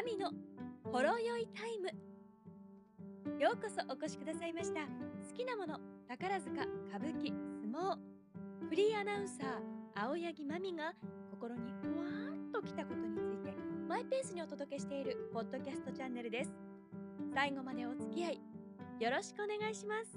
神のほろ酔いタイム。ようこそお越しくださいました。好きなもの、宝塚、歌舞伎、相撲、フリーアナウンサー青柳まみが心にふわーっときたことについてマイペースにお届けしているポッドキャストチャンネルです。最後までお付き合いよろしくお願いします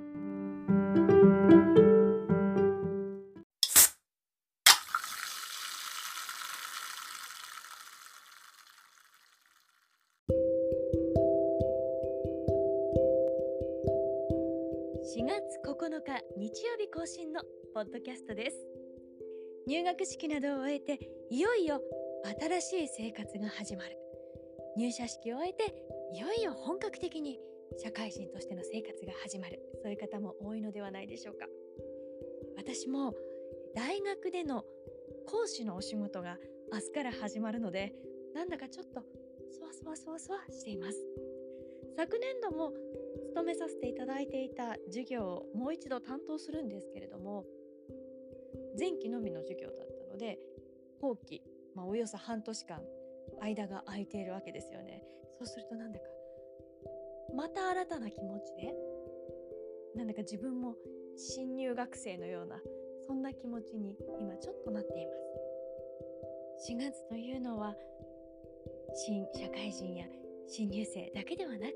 。4月9日日曜日更新のポッドキャストです。入学式などを終えていよいよ新しい生活が始まる。入社式を終えていよいよ本格的に社会人としての生活が始まる。そういう方も多いのではないでしょうか。私も大学での講師のお仕事が明日から始まるので、なんだかちょっとそわしています。昨年度も勤めさせていただいていた授業をもう一度担当するんですけれども、前期のみの授業だったので後期、およそ半年間間が空いているわけですよね。そうするとなんだかまた新たな気持ちで、なんだか自分も新入学生のようなそんな気持ちに今ちょっとなっています。4月というのは新社会人や新入生だけではなくって、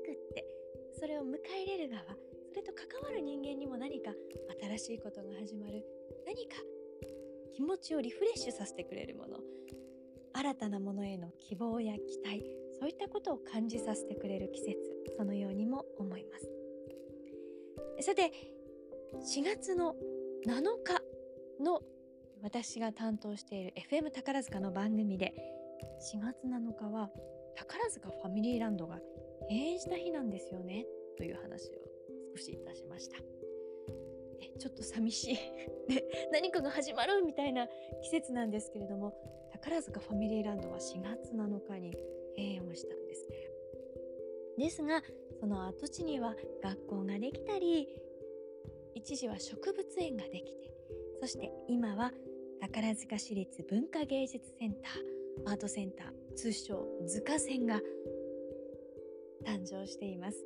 それを迎え入れる側、それと関わる人間にも何か新しいことが始まる、何か気持ちをリフレッシュさせてくれるもの、新たなものへの希望や期待、そういったことを感じさせてくれる季節、そのようにも思います。さて、4月の7日の私が担当している FM 宝塚の番組で、4月7日は宝塚ファミリーランドが閉園した日なんですよねという話を少しいたしました。ちょっと寂しい何かが始まるみたいな季節なんですけれども、宝塚ファミリーランドは4月7日に閉園をしたんですね。ですがその跡地には学校ができたり、一時は植物園ができて、そして今は宝塚市立文化芸術センター、アートセンター、通称塚センが誕生しています。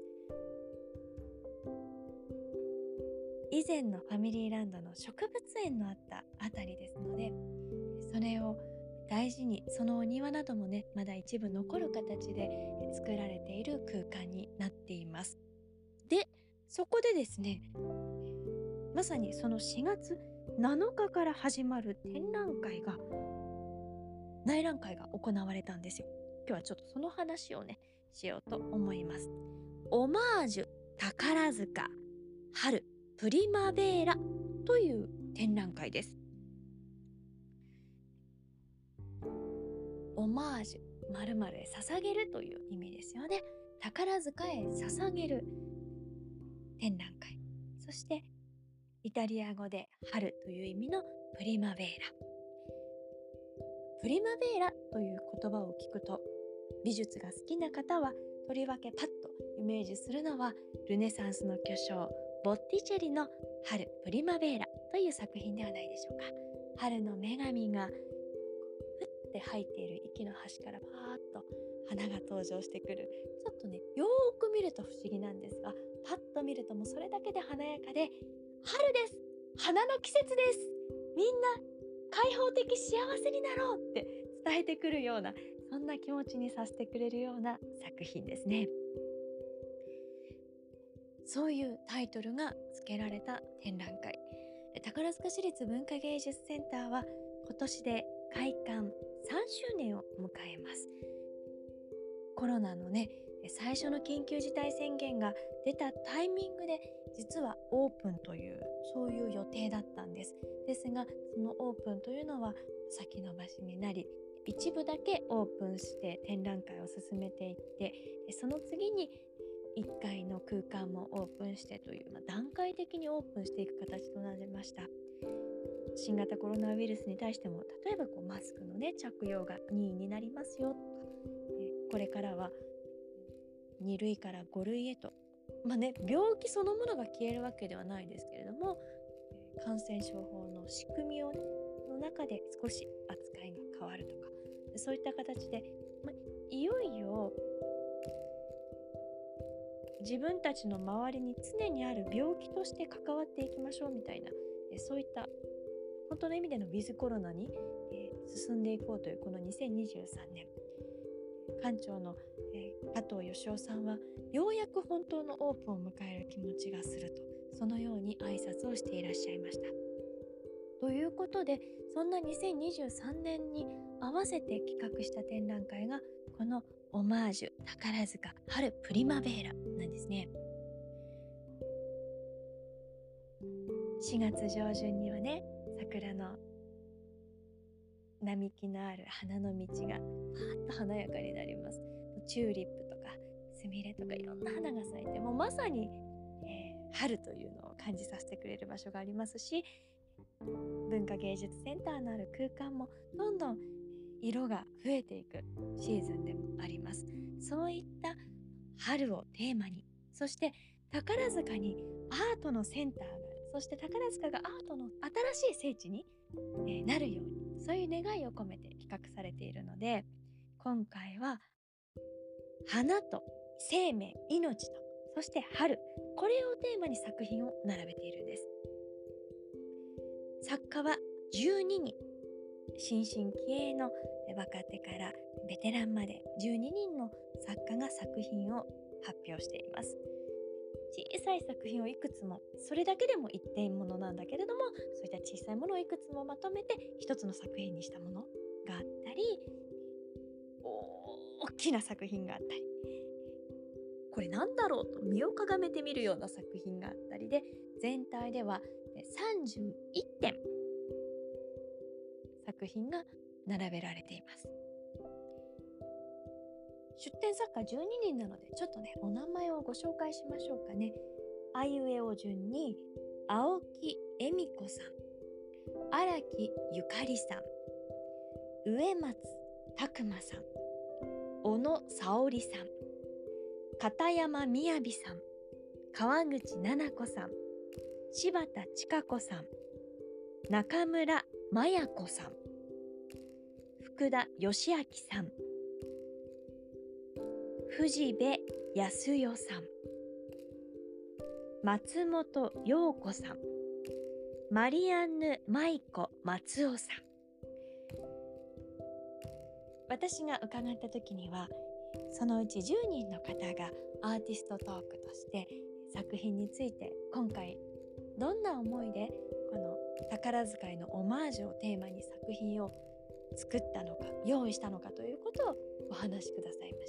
以前のファミリーランドの植物園のあったあたりですので、それを大事に、そのお庭などもね、まだ一部残る形で作られている空間になっています。で、そこでですね、まさにその4月7日から始まる内覧会が行われたんですよ。今日はちょっとその話をねしようと思います。オマージュ宝塚春プリマベーラという展覧会です。オマージュ、〇〇へ捧げるという意味ですよね。宝塚へ捧げる展覧会。そしてイタリア語で春という意味のプリマベーラ。プリマベーラという言葉を聞くと、美術が好きな方はとりわけパッとイメージするのはルネサンスの巨匠ボッティチェリの春プリマベーラという作品ではないでしょうか。春の女神がふって吐いている息の端からパーッと花が登場してくる。ちょっとね、よーく見ると不思議なんですが、パッと見るともうそれだけで華やかで、春です、花の季節です、みんな開放的幸せになろうって伝えてくるような、そんな気持ちにさせてくれるような作品ですね。そういうタイトルが付けられた展覧会、宝塚市立文化芸術センターは今年で開館3周年を迎えます。コロナのね、最初の緊急事態宣言が出たタイミングで実はオープンというそういう予定だったんです。ですがそのオープンというのは先延ばしになり、一部だけオープンして展覧会を進めていって、その次に1階の空間もオープンしてという、段階的にオープンしていく形となりました。新型コロナウイルスに対しても、例えばマスクのね着用が任意になりますよとか、これからは2類から5類へと、病気そのものが消えるわけではないですけれども、感染症法の仕組みを、の中で少し扱いが変わるとか、そういった形で、 いよいよ自分たちの周りに常にある病気として関わっていきましょうみたいな、そういった本当の意味でのウィズコロナに、進んでいこうというこの2023年、館長の、加藤義雄さんはようやく本当のオープンを迎える気持ちがすると、そのように挨拶をしていらっしゃいました。ということで、そんな2023年に合わせて企画した展覧会がこのオマージュ宝塚春プリマベーラなんですね。4月上旬にはね、桜の並木のある花の道がパーッと華やかになります。チューリップとかスミレとかいろんな花が咲いて、もうまさに、春というのを感じさせてくれる場所がありますし、文化芸術センターのある空間もどんどん色が増えていくシーズンでもあります。そういった春をテーマに、そして宝塚にアートのセンターがある、そして宝塚がアートの新しい聖地に、なるように、そういう願いを込めて企画されているので、今回は花と生命、命と、そして春、これをテーマに作品を並べているんです。作家は12人、新進気鋭の若手からベテランまで12人の作家が作品を発表しています。小さい作品をいくつも、それだけでも一点ものなんだけれども、そういった小さいものをいくつもまとめて一つの作品にしたものがあったり、大きな作品があったり、これなんだろうと身をかがめてみるような作品があったりで、全体では31点作品が並べられています。出展作家12人なので、ちょっとねお名前をご紹介しましょうかね。あいうえお順に青木恵美子さん、荒木ゆかりさん、植松拓馬さん、小野沙織さん、片山みやびさん、川口奈々子さん、柴田千佳子さん、中村麻也子さん、福田義明さん、藤部康代さん、松本陽子さん、マリアンヌ舞子松尾さん。私が伺った時には、そのうち10人の方がアーティストトークとして作品について、今回どんな思いでこの宝塚へのオマージュをテーマに作品を作ったのか、用意したのかということをお話しくださいました。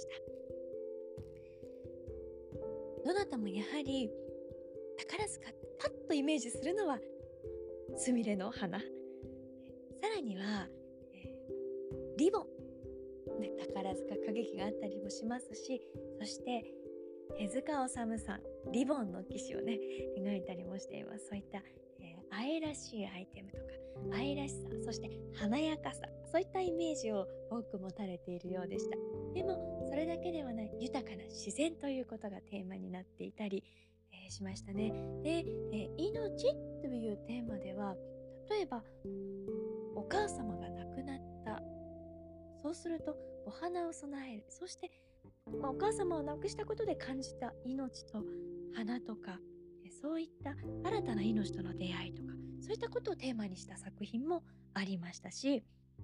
どなたもやはり宝塚ってパッとイメージするのはすみれの花、さらには、リボン、宝塚歌劇があったりもしますし、そして手塚治虫さん、リボンの騎士をね描いたりもしています。そういった、愛らしいアイテムとか愛らしさ、そして華やかさ、そういったイメージを多く持たれているようでした。でもそれだけではない、豊かな自然ということがテーマになっていたり、しましたね。で、命というテーマでは、例えばお母様が亡くなった、そうするとお花を備える、そして、お母様を亡くしたことで感じた命と花とか、そういった新たな命との出会いとか、そういったことをテーマにした作品もありましたし、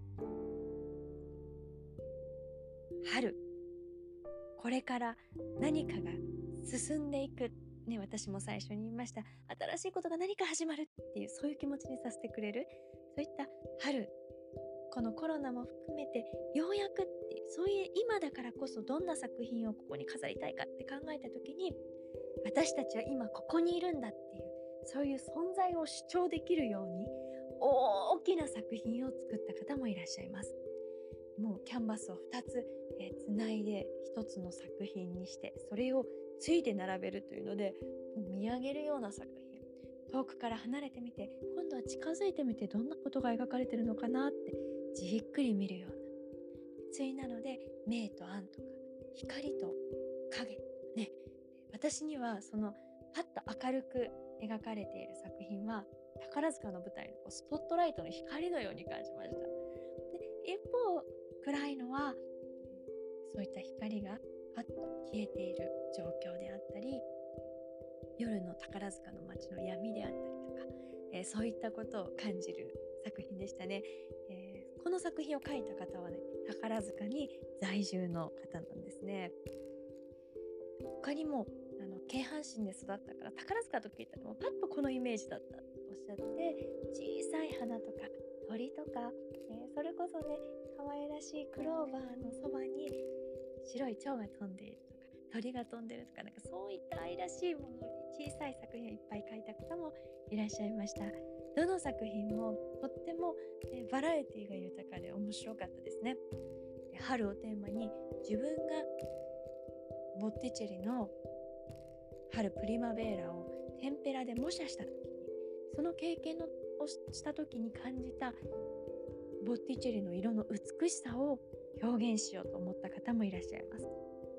春、これから何かが進んでいく、ね、私も最初に言いました、新しいことが何か始まるっていう、そういう気持ちにさせてくれる、そういった春、このコロナも含めてようやくっていう、そういう今だからこそどんな作品をここに飾りたいかって考えた時に、私たちは今ここにいるんだっていう、そういう存在を主張できるように大きな作品を作った方もいらっしゃいます。もうキャンバスを2つ、つないで1つの作品にして、それをついで並べるというので、見上げるような作品、遠くから離れてみて、今度は近づいてみて、どんなことが描かれてるのかなってじっくり見るような、対なので明と暗とか光と影ね、私にはそのパッと明るく描かれている作品は宝塚の舞台のスポットライトの光のように感じました。で、一方暗いのはそういった光がパッと消えている状況であったり、夜の宝塚の街の闇であったりとか、そういったことを感じる作品でしたね。この作品を書いた方はね、宝塚に在住の方なんですね。他にも京阪神で育ったから宝塚と聞いたらもうパッとこのイメージだったとおっしゃって、小さい花とか鳥とか、それこそね可愛らしいクローバーのそばに白い蝶が飛んでいるとか鳥が飛んでるとか、なんかそういった愛らしいものに小さい作品をいっぱい書いた方もいらっしゃいました。どの作品もとっても、バラエティが豊かで面白かったですね。春をテーマに自分がボッティチェリの春プリマベーラをテンペラで模写した時に、その経験をした時に感じたボッティチェリの色の美しさを表現しようと思った方もいらっしゃいます。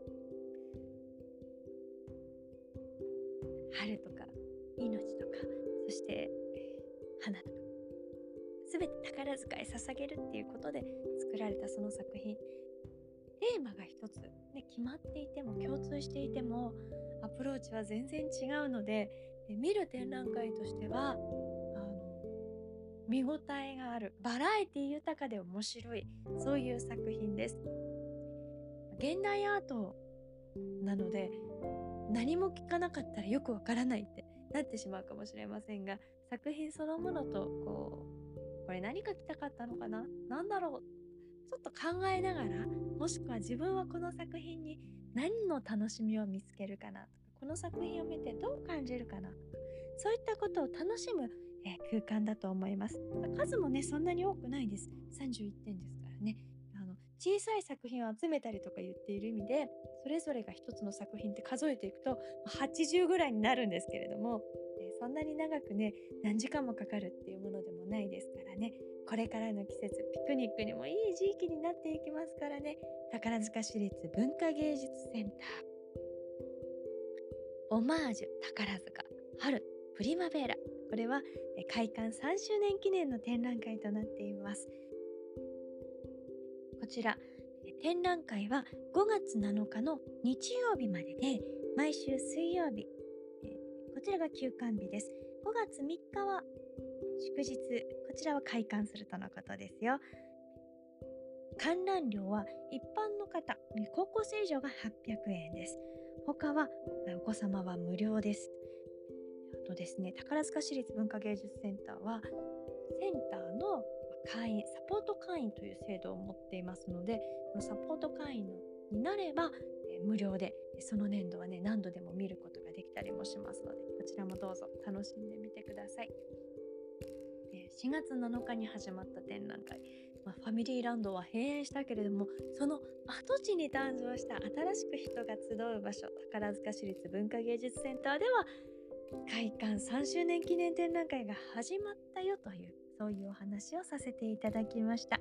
春とか命とか、そして花とか、全て宝塚へ捧げるっていうことで作られたその作品、テーマが一つ、ね、決まっていても共通していてもアプローチは全然違うので、見る展覧会としては見応えがある、バラエティ豊かで面白い、そういう作品です。現代アートなので何も聞かなかったらよくわからないってなってしまうかもしれませんが、作品そのものとこれ何か来たかったのかな、なんだろう、ちょっと考えながら、もしくは自分はこの作品に何の楽しみを見つけるかなとか、この作品を見てどう感じるかなとか、そういったことを楽しむ、空間だと思います。数もねそんなに多くないです。31点ですからね。小さい作品を集めたりとか言っている意味で、それぞれが一つの作品って数えていくと80ぐらいになるんですけれども、そんなに長くね何時間もかかるっていうものでもないですからね。これからの季節、ピクニックにもいい時期になっていきますからね。宝塚市立文化芸術センターオマージュ宝塚春プリマベーラ、これは開館3周年記念の展覧会となっています。こちら展覧会は5月7日の日曜日までで、毎週水曜日、こちらが休館日です。5月3日は祝日、こちらは開館するとのことですよ。観覧料は一般の方、高校生以上が800円です。他はお子様は無料です。あとですね、宝塚市立文化芸術センターはセンターの会員、サポート会員という制度を持っていますので、サポート会員になれば無料で、その年度はね何度でも見ることができたりもしますので、こちらもどうぞ楽しんでみてください。4月7日に始まった展覧会、ファミリーランドは閉園したけれども、その跡地に誕生した新しく人が集う場所、宝塚市立文化芸術センターでは開館3周年記念展覧会が始まったよという、そういうお話をさせていただきました。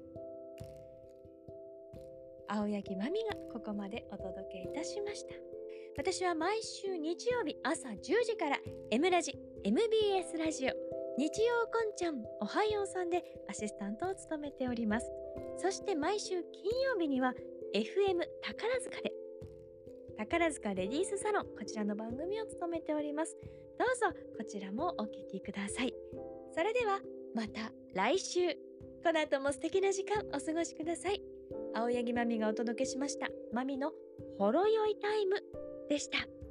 青柳まみがここまでお届けいたしました。私は毎週日曜日朝10時から M ラジ MBS ラジオ日曜こんちゃんおはようさんでアシスタントを務めております。そして毎週金曜日には FM 宝塚で宝塚レディースサロン、こちらの番組を務めております。どうぞこちらもお聞きください。それではまた来週、この後も素敵な時間お過ごしください。青柳まみがお届けしましたまみのほろよいタイムでした。